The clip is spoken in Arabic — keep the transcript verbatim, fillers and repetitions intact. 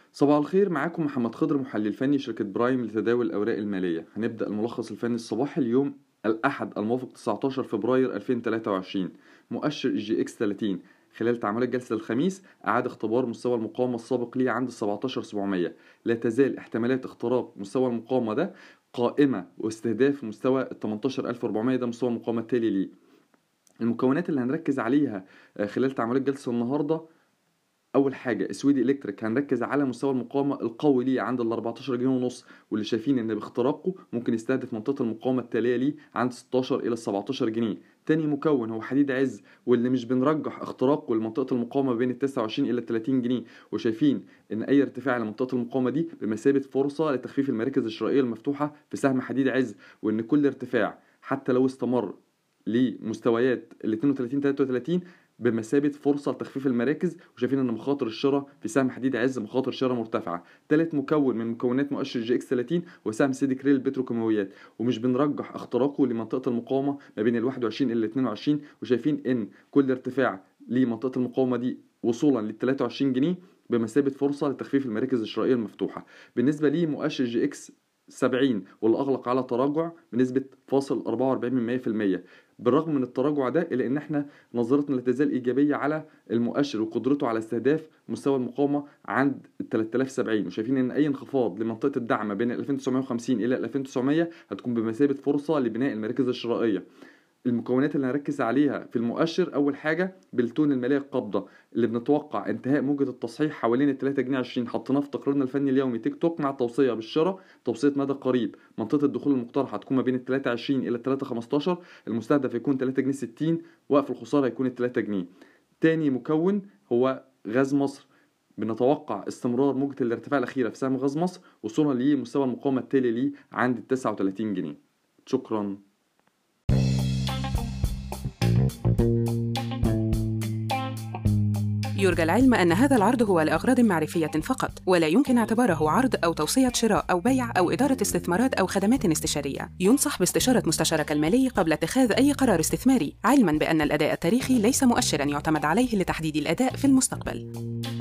صباح الخير، معاكم محمد خضر محلل فني شركة برايم لتداول الأوراق المالية. هنبدأ الملخص الفني الصباحي اليوم الأحد الموافق تسعة عشر فبراير ألفين وثلاثة وعشرين. مؤشر الجي اكس ثلاثين خلال تعاملات جلسة الخميس أعاد اختبار مستوى المقاومة السابق ليه عند سبعتاشر سبعمية. لا تزال احتمالات اختراق مستوى المقاومة ده قائمة واستهداف مستوى تمنتاشر ألف وأربعمية، ده مستوى المقاومة التالي ليه. المكونات اللي هنركز عليها خلال تعاملات جلسة النهارده، اول حاجه سويدي الكتريك هنركز على مستوى المقاومه القوي ليه عند ال أربعتاشر جنيه ونص، واللي شايفين ان باختراقه ممكن يستهدف منطقه المقاومه التاليه ليه عند ستاشر الى سبعتاشر جنيه. تاني مكون هو حديد عز، واللي مش بنرجح اختراقه لمنطقه المقاومه بين ال تسعة وعشرين الى تلاتين جنيه، وشايفين ان اي ارتفاع لمنطقه المقاومه دي بمثابه فرصه لتخفيف المراكز الشرائيه المفتوحه في سهم حديد عز، وان كل ارتفاع حتى لو استمر لمستويات ال اتنين وتلاتين تلاتة وتلاتين بمثابه فرصه لتخفيف المراكز، وشايفين ان مخاطر الشراء في سهم حديد عز مخاطر شراء مرتفعه. ثالث مكون من مكونات مؤشر جي اكس ثلاثين وسهم سيدي كريل البتروكيماويات، ومش بنرجح اختراقه لمنطقه المقاومه ما بين ال واحد وعشرين الى ال اتنين وعشرين، وشايفين ان كل ارتفاع لمنطقه المقاومه دي وصولا لل تلاتة وعشرين جنيه بمثابه فرصه لتخفيف المراكز الشرائيه المفتوحه. بالنسبه لي مؤشر جي اكس سبعين واللي اغلق على تراجع بنسبه فاصل أربعة وأربعين بالمية. بالرغم من التراجع ده الا ان احنا نظرتنا لا تزال ايجابيه على المؤشر وقدرته على استهداف مستوى المقاومه عند ال تلاتة آلاف وسبعين، وشايفين ان اي انخفاض لمنطقه الدعم ما بين ألفين وتسعمية وخمسين الى ألفين وتسعمية هتكون بمثابه فرصه لبناء المراكز الشرائيه. المكونات اللي هنركز عليها في المؤشر، اول حاجه بالتون الماليه القابضه اللي بنتوقع انتهاء موجه التصحيح حوالين ال تلاتة جنيه عشرين، حطيناه في تقريرنا الفني اليومي تيك توك مع توصيه بالشراء، توصيه مدى قريب منطقه الدخول المقترحه هتكون ما بين ال تلاتة وعشرين الى ال تلاتة خمستاشر، المستهدف يكون تلاتة جنيه ستين، وقف الخساره يكون ال تلاتة جنيه. تاني مكون هو غاز مصر، بنتوقع استمرار موجه الارتفاع الاخيره في سهم غاز مصر وصولا لمستوى المقاومه التالي ليه عند ال تسعة وتلاتين جنيه. شكرا. يرجى العلم أن هذا العرض هو لأغراض معرفية فقط، ولا يمكن اعتباره عرض أو توصية شراء أو بيع أو إدارة استثمارات أو خدمات استشارية. ينصح باستشارة مستشارك المالي قبل اتخاذ أي قرار استثماري، علماً بأن الأداء التاريخي ليس مؤشراً يعتمد عليه لتحديد الأداء في المستقبل.